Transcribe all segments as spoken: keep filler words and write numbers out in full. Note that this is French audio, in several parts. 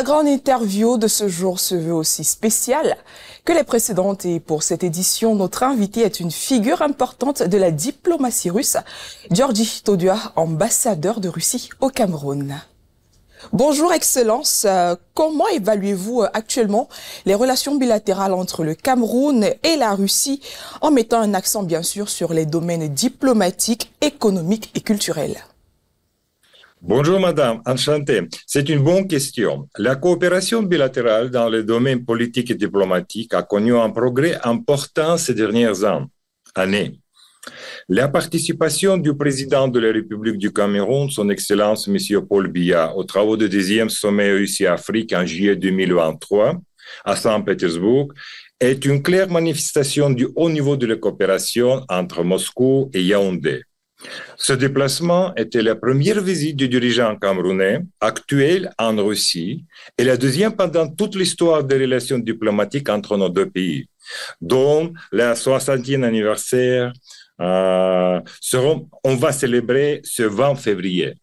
La grande interview de ce jour se veut aussi spéciale que les précédentes et pour cette édition, notre invité est une figure importante de la diplomatie russe, Georgi Todia, ambassadeur de Russie au Cameroun. Bonjour Excellence, comment évaluez-vous actuellement les relations bilatérales entre le Cameroun et la Russie en mettant un accent bien sûr sur les domaines diplomatiques, économiques et culturels? Bonjour madame, enchanté. C'est une bonne question. La coopération bilatérale dans les domaines politiques et diplomatiques a connu un progrès important ces dernières années. La participation du président de la République du Cameroun, son Excellence M. Paul Biya, aux travaux du deuxième sommet Russie-Afrique en juillet deux mille vingt-trois à Saint-Pétersbourg est une claire manifestation du haut niveau de la coopération entre Moscou et Yaoundé. Ce déplacement était la première visite du dirigeant camerounais actuel en Russie et la deuxième pendant toute l'histoire des relations diplomatiques entre nos deux pays, dont la soixantième anniversaire euh, seront, on va célébrer ce vingt février.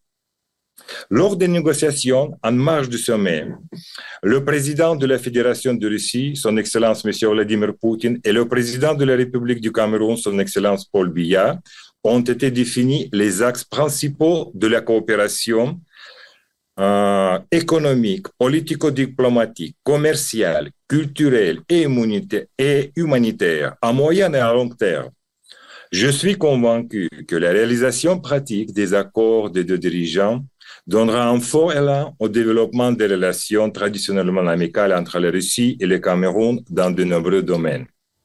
Lors des négociations en marge du sommet, le président de la Fédération de Russie, son Excellence M. Vladimir Poutine, et le président de la République du Cameroun, son Excellence Paul Biya, ont été définis les axes principaux de la coopération euh, économique, politico-diplomatique, commerciale, culturelle et, et humanitaire à moyen et à long terme. Je suis convaincu que la réalisation pratique des accords des deux dirigeants donnera un fort élan au développement des relations traditionnellement amicales entre la Russie et le Cameroun dans de nombreux domaines.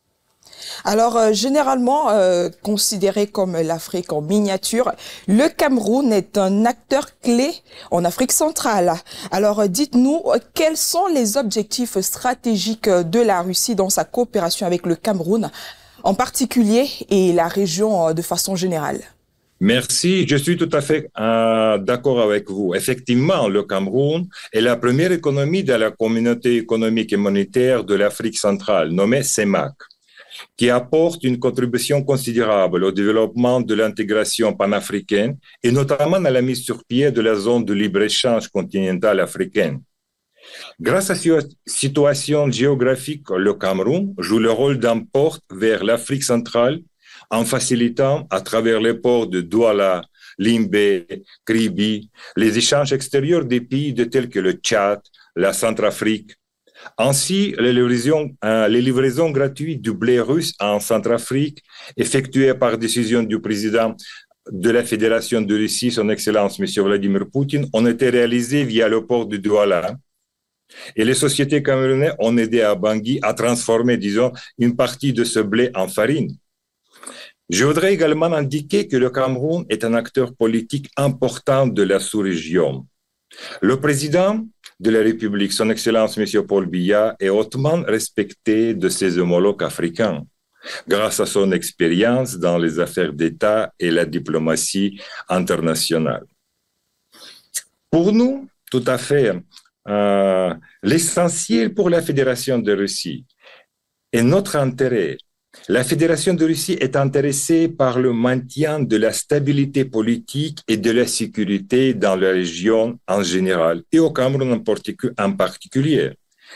Alors, euh, généralement euh, considéré comme l'Afrique en miniature, le Cameroun est un acteur clé en Afrique centrale. Alors, euh, dites-nous, euh, quels sont les objectifs stratégiques de la Russie dans sa coopération avec le Cameroun, en particulier, et la région euh, de façon générale? Merci, je suis tout à fait euh, d'accord avec vous. Effectivement, le Cameroun est la première économie de la communauté économique et monétaire de l'Afrique centrale, nommée CEMAC, qui apporte une contribution considérable au développement de l'intégration panafricaine et notamment à la mise sur pied de la zone de libre-échange continentale africaine. Grâce à cette situation géographique, le Cameroun joue le rôle d'un port vers l'Afrique centrale en facilitant, à travers les ports de Douala, Limbé, Kribi, les échanges extérieurs des pays de tels que le Tchad, la Centrafrique. Ainsi, les livraisons, euh, les livraisons gratuites du blé russe en Centrafrique, effectuées par décision du président de la Fédération de Russie, son Excellence M. Vladimir Poutine, ont été réalisées via le port de Douala. Et les sociétés camerounaises ont aidé à Bangui à transformer, disons, une partie de ce blé en farine. Je voudrais également indiquer que le Cameroun est un acteur politique important de la sous-région. Le président de la République, son Excellence M. Paul Biya, est hautement respecté de ses homologues africains grâce à son expérience dans les affaires d'État et la diplomatie internationale. Pour nous, tout à fait, euh, l'essentiel pour la Fédération de Russie est notre intérêt. La Fédération de Russie est intéressée par le maintien de la stabilité politique et de la sécurité dans la région en général et au Cameroun en, particu- en particulier.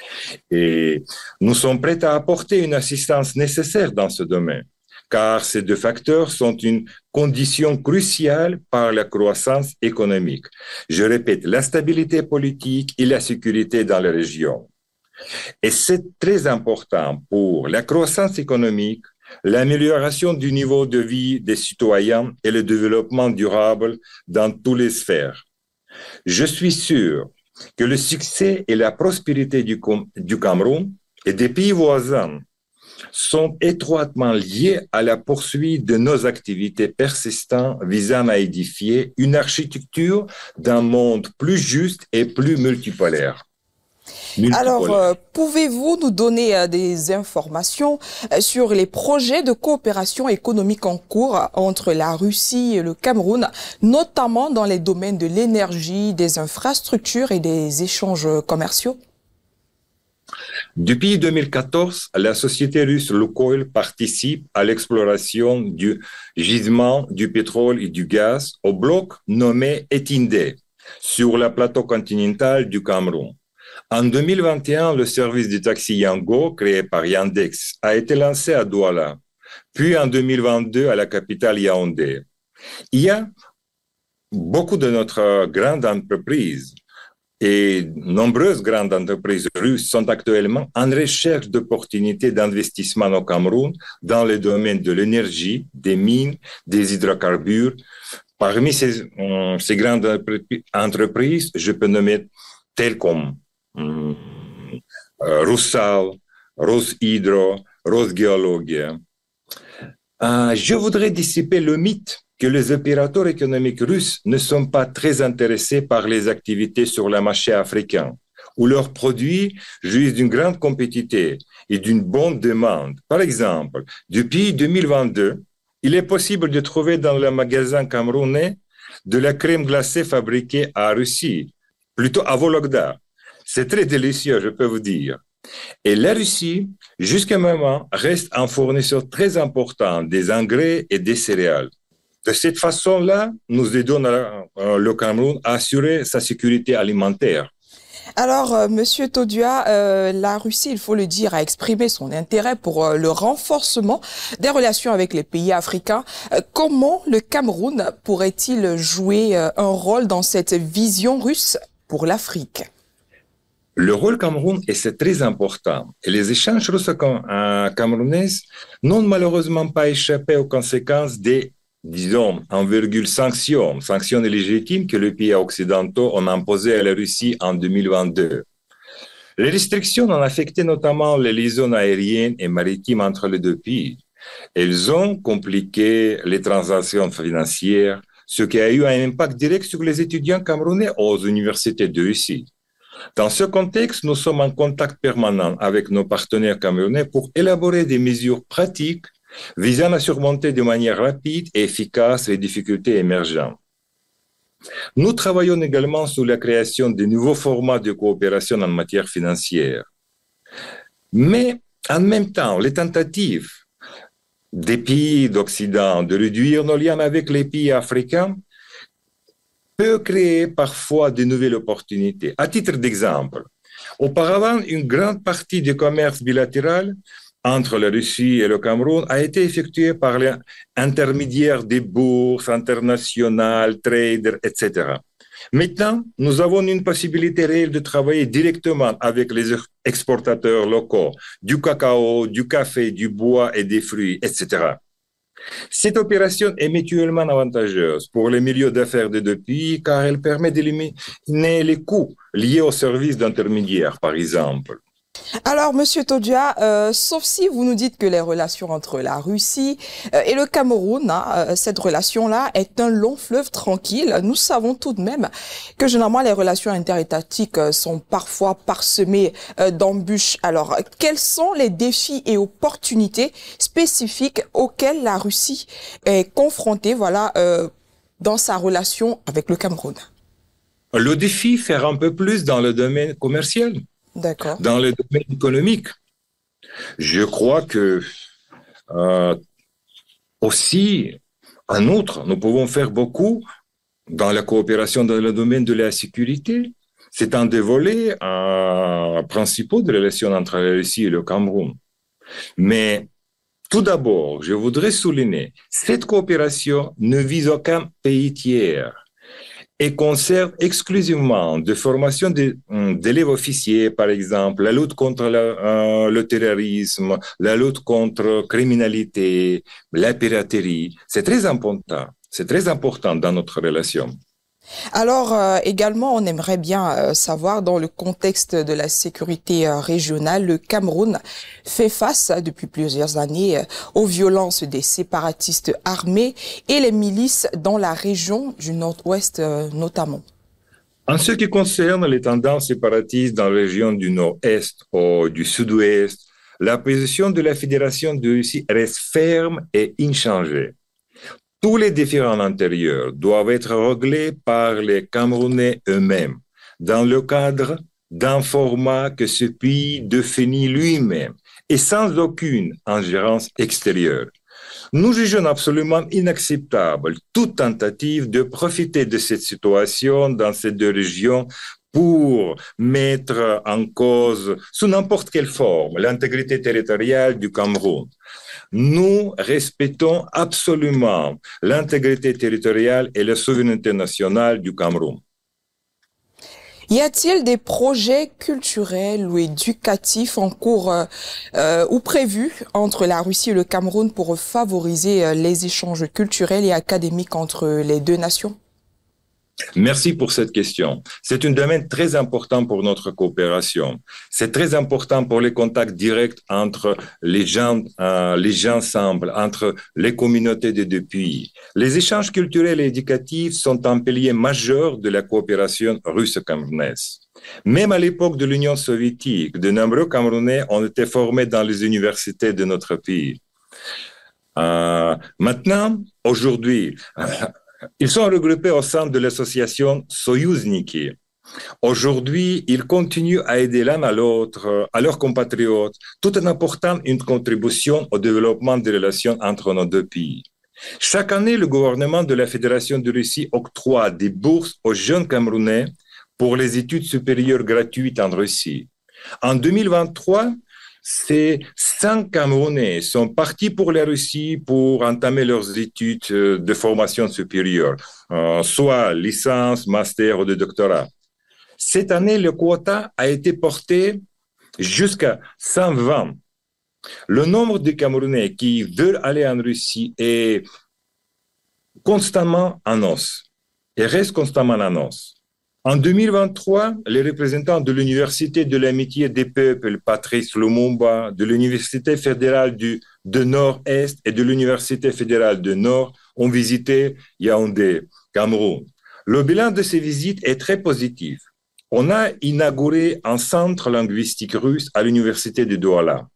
Et nous sommes prêts à apporter une assistance nécessaire dans ce domaine, car ces deux facteurs sont une condition cruciale pour la croissance économique. Je répète, la stabilité politique et la sécurité dans la région. Et c'est très important pour la croissance économique, l'amélioration du niveau de vie des citoyens et le développement durable dans toutes les sphères. Je suis sûr que le succès et la prospérité du, du Cameroun et des pays voisins sont étroitement liés à la poursuite de nos activités persistantes visant à édifier une architecture d'un monde plus juste et plus multipolaire. Alors, euh, pouvez-vous nous donner euh, des informations euh, sur les projets de coopération économique en cours entre la Russie et le Cameroun, notamment dans les domaines de l'énergie, des infrastructures et des échanges commerciaux? Depuis deux mille quatorze, la société russe Lukoil participe à l'exploration du gisement du pétrole et du gaz au bloc nommé Etindé sur le plateau continental du Cameroun. En deux mille vingt et un, le service de taxi Yango, créé par Yandex, a été lancé à Douala, puis en deux mille vingt-deux à la capitale Yaoundé. Il y a beaucoup de notre grandes entreprises et nombreuses grandes entreprises russes sont actuellement en recherche d'opportunités d'investissement au Cameroun dans le domaine de l'énergie, des mines, des hydrocarbures. Parmi ces, euh, ces grandes entreprises, je peux nommer telles comme euh, Rusal, Roshydro, Rosgeologia. Euh, je voudrais dissiper le mythe que les opérateurs économiques russes ne sont pas très intéressés par les activités sur le marché africain, où leurs produits jouissent d'une grande compétitivité et d'une bonne demande. Par exemple, depuis deux mille vingt-deux, il est possible de trouver dans le magasin camerounais de la crème glacée fabriquée en Russie, plutôt à Vologda. C'est très délicieux, je peux vous dire. Et la Russie, jusqu'à maintenant, reste un fournisseur très important des engrais et des céréales. De cette façon-là, nous aidons le Cameroun à assurer sa sécurité alimentaire. Alors, euh, Monsieur Todua, euh, la Russie, il faut le dire, a exprimé son intérêt pour euh, le renforcement des relations avec les pays africains. Euh, comment le Cameroun pourrait-il jouer euh, un rôle dans cette vision russe pour l'Afrique? Le rôle Cameroun est très important et les échanges russes-camerounais n'ont malheureusement pas échappé aux conséquences des, disons, un virgule cinq sanctions, sanctions illégitimes que les pays occidentaux ont imposées à la Russie en deux mille vingt-deux. Les restrictions ont affecté notamment les liaisons aériennes et maritimes entre les deux pays. Elles ont compliqué les transactions financières, ce qui a eu un impact direct sur les étudiants camerounais aux universités de Russie. Dans ce contexte, nous sommes en contact permanent avec nos partenaires camerounais pour élaborer des mesures pratiques visant à surmonter de manière rapide et efficace les difficultés émergentes. Nous travaillons également sur la création de nouveaux formats de coopération en matière financière. Mais en même temps, les tentatives des pays d'Occident de réduire nos liens avec les pays africains peut créer parfois de nouvelles opportunités. À titre d'exemple, auparavant, une grande partie du commerce bilatéral entre la Russie et le Cameroun a été effectuée par les intermédiaires des bourses internationales, traders, et cetera. Maintenant, nous avons une possibilité réelle de travailler directement avec les exportateurs locaux du cacao, du café, du bois et des fruits, et cetera. Cette opération est mutuellement avantageuse pour les milieux d'affaires des deux pays car elle permet d'éliminer les coûts liés aux services d'intermédiaires, par exemple. Alors, Monsieur Todua, euh, sauf si vous nous dites que les relations entre la Russie euh, et le Cameroun, hein, euh, cette relation-là est un long fleuve tranquille, nous savons tout de même que généralement les relations interétatiques euh, sont parfois parsemées euh, d'embûches. Alors, quels sont les défis et opportunités spécifiques auxquels la Russie est confrontée, voilà, euh, dans sa relation avec le Cameroun? Le défi, faire un peu plus dans le domaine commercial. D'accord. Dans le domaine économique, je crois que euh, aussi, en outre, nous pouvons faire beaucoup dans la coopération dans le domaine de la sécurité. C'est un des volets euh, principaux de la relation entre la Russie et le Cameroun. Mais tout d'abord, je voudrais souligner, cette coopération ne vise aucun pays tiers et concerne exclusivement de formation d'élèves officiers, par exemple, la lutte contre la, euh, le terrorisme, la lutte contre la criminalité, la piraterie. C'est très important. C'est très important dans notre relation. Alors euh, également, on aimerait bien euh, savoir, dans le contexte de la sécurité euh, régionale, le Cameroun fait face euh, depuis plusieurs années euh, aux violences des séparatistes armés et les milices dans la région du Nord-Ouest euh, notamment. En ce qui concerne les tendances séparatistes dans la région du Nord-Est ou du Sud-Ouest, la position de la Fédération de Russie reste ferme et inchangée. Tous les différends antérieurs doivent être réglés par les Camerounais eux-mêmes, dans le cadre d'un format que ce pays définit lui-même et sans aucune ingérence extérieure. Nous jugeons absolument inacceptable toute tentative de profiter de cette situation dans ces deux régions pour mettre en cause, sous n'importe quelle forme, l'intégrité territoriale du Cameroun. Nous respectons absolument l'intégrité territoriale et la souveraineté nationale du Cameroun. Y a-t-il des projets culturels ou éducatifs en cours euh, ou prévus entre la Russie et le Cameroun pour favoriser euh, les échanges culturels et académiques entre les deux nations? Merci pour cette question. C'est un domaine très important pour notre coopération. C'est très important pour les contacts directs entre les gens, euh, les gens ensemble, entre les communautés des deux pays. Les échanges culturels et éducatifs sont un pilier majeur de la coopération russo-camerounaise. Même à l'époque de l'Union soviétique, de nombreux Camerounais ont été formés dans les universités de notre pays. Euh, maintenant, aujourd'hui, ils sont regroupés au sein de l'association Soyuzniki. Aujourd'hui, ils continuent à aider l'un à l'autre, à leurs compatriotes, tout en apportant une contribution au développement des relations entre nos deux pays. Chaque année, le gouvernement de la Fédération de Russie octroie des bourses aux jeunes Camerounais pour les études supérieures gratuites en Russie. En deux mille vingt-trois, ces cinq Camerounais sont partis pour la Russie pour entamer leurs études de formation supérieure, euh, soit licence, master ou de doctorat. Cette année, le quota a été porté jusqu'à cent vingt. Le nombre de Camerounais qui veulent aller en Russie est constamment en hausse et reste constamment en hausse. En deux mille vingt-trois, les représentants de l'Université de l'Amitié des Peuples, Patrice Lumumba, de l'Université fédérale du de Nord-Est et de l'Université fédérale du Nord ont visité Yaoundé, Cameroun. Le bilan de ces visites est très positif. On a inauguré un centre linguistique russe à l'Université de Douala,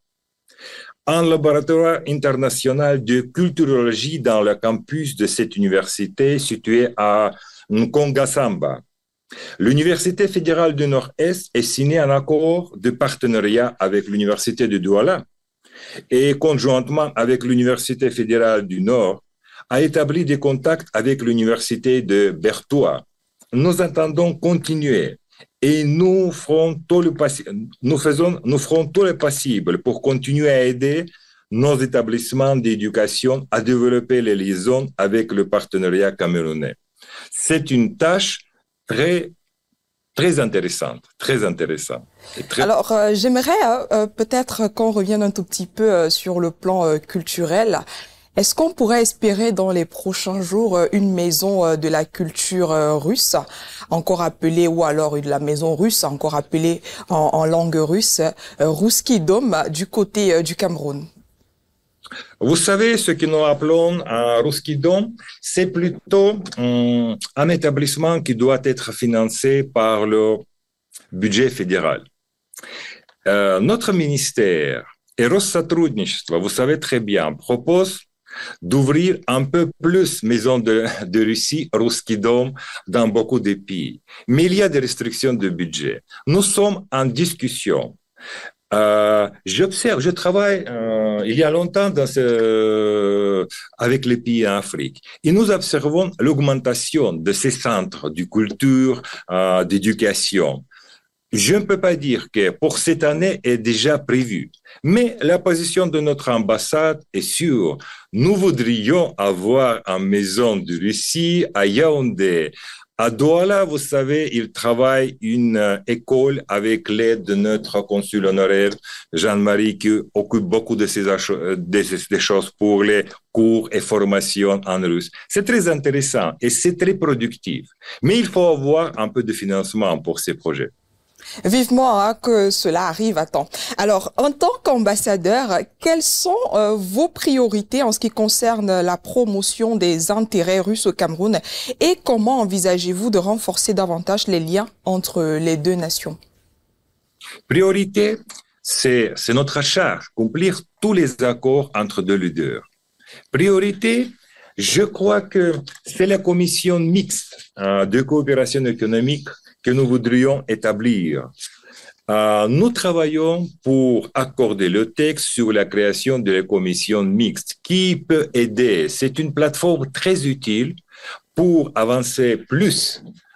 un laboratoire international de culturologie dans le campus de cette université situé à Nkongasamba. L'Université fédérale du Nord-Est est signée un accord de partenariat avec l'Université de Douala et conjointement avec l'Université fédérale du Nord a établi des contacts avec l'Université de Bertoua. Nous entendons continuer et nous ferons tout le possi- nous faisons, nous ferons tout le possible pour continuer à aider nos établissements d'éducation à développer les liaisons avec le partenariat camerounais. C'est une tâche très, très intéressante, très intéressante. Très... Alors, euh, j'aimerais euh, peut-être qu'on revienne un tout petit peu euh, sur le plan euh, culturel. Est-ce qu'on pourrait espérer dans les prochains jours euh, une maison euh, de la culture euh, russe, encore appelée, ou alors de la maison russe, encore appelée en, en langue russe, euh, Rousski Dom, du côté euh, du Cameroun? Vous savez, ce que nous appelons un Rousski Dom, c'est plutôt um, un établissement qui doit être financé par le budget fédéral. Euh, notre ministère et Россотрудничество, vous savez très bien, propose d'ouvrir un peu plus maisons de, de Russie, Rousski Dom, dans beaucoup de pays. Mais il y a des restrictions de budget. Nous sommes en discussion. Euh, j'observe, je travaille euh, il y a longtemps dans ce, euh, avec les pays en Afrique et nous observons l'augmentation de ces centres de culture, euh, d'éducation. Je ne peux pas dire que pour cette année est déjà prévu, mais la position de notre ambassade est sûre. Nous voudrions avoir une maison de Russie à Yaoundé. À Douala, vous savez, il travaille une euh, école avec l'aide de notre consul honoraire Jean-Marie qui occupe beaucoup de ces, de ces choses pour les cours et formations en russe. C'est très intéressant et c'est très productif. Mais il faut avoir un peu de financement pour ces projets. Vivement hein, que cela arrive à temps. Alors, en tant qu'ambassadeur, quelles sont euh, vos priorités en ce qui concerne la promotion des intérêts russes au Cameroun et comment envisagez-vous de renforcer davantage les liens entre les deux nations? Priorité, c'est, c'est notre charge, accomplir tous les accords entre deux leaders. Priorité, je crois que c'est la commission mixte euh, de coopération économique que nous voudrions établir. Euh, nous travaillons pour accorder le texte sur la création de la commission mixte qui peut aider. C'est une plateforme très utile pour avancer plus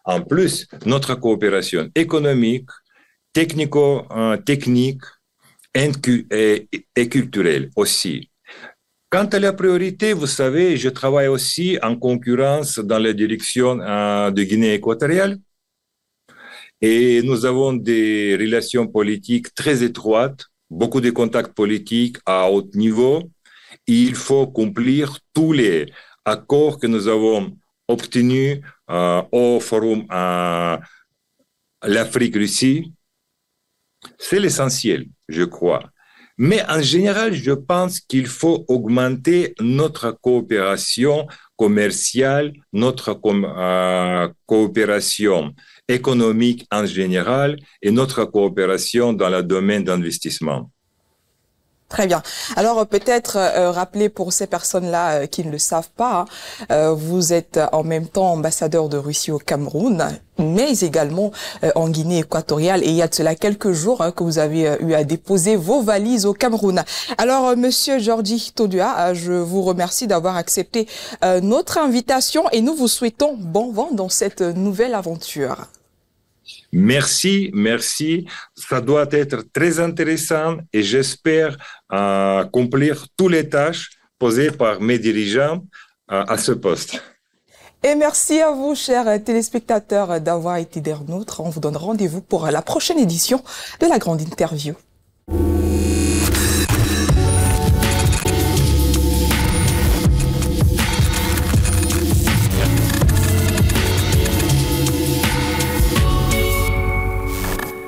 En plus, notre coopération économique, technico-technique et, et culturelle aussi. Quant à la priorité, vous savez, je travaille aussi en concurrence dans la direction euh, de Guinée équatoriale et nous avons des relations politiques très étroites, beaucoup de contacts politiques à haut niveau. Il faut accomplir tous les accords que nous avons obtenus euh, au forum euh, l'Afrique-Russie. C'est l'essentiel, je crois. Mais en général, je pense qu'il faut augmenter notre coopération commerciale, notre com- euh, coopération économique en général et notre coopération dans le domaine d'investissement. Très bien. Alors peut-être euh, rappeler pour ces personnes-là euh, qui ne le savent pas, hein, euh, vous êtes en même temps ambassadeur de Russie au Cameroun, mais également euh, en Guinée équatoriale. Et il y a de cela quelques jours hein, que vous avez euh, eu à déposer vos valises au Cameroun. Alors euh, Monsieur Georgi Todua, euh, je vous remercie d'avoir accepté euh, notre invitation et nous vous souhaitons bon vent dans cette nouvelle aventure. Merci, merci. Ça doit être très intéressant et j'espère euh, accomplir toutes les tâches posées par mes dirigeants euh, à ce poste. Et merci à vous, chers téléspectateurs, d'avoir été des nôtres. On vous donne rendez-vous pour la prochaine édition de la grande interview.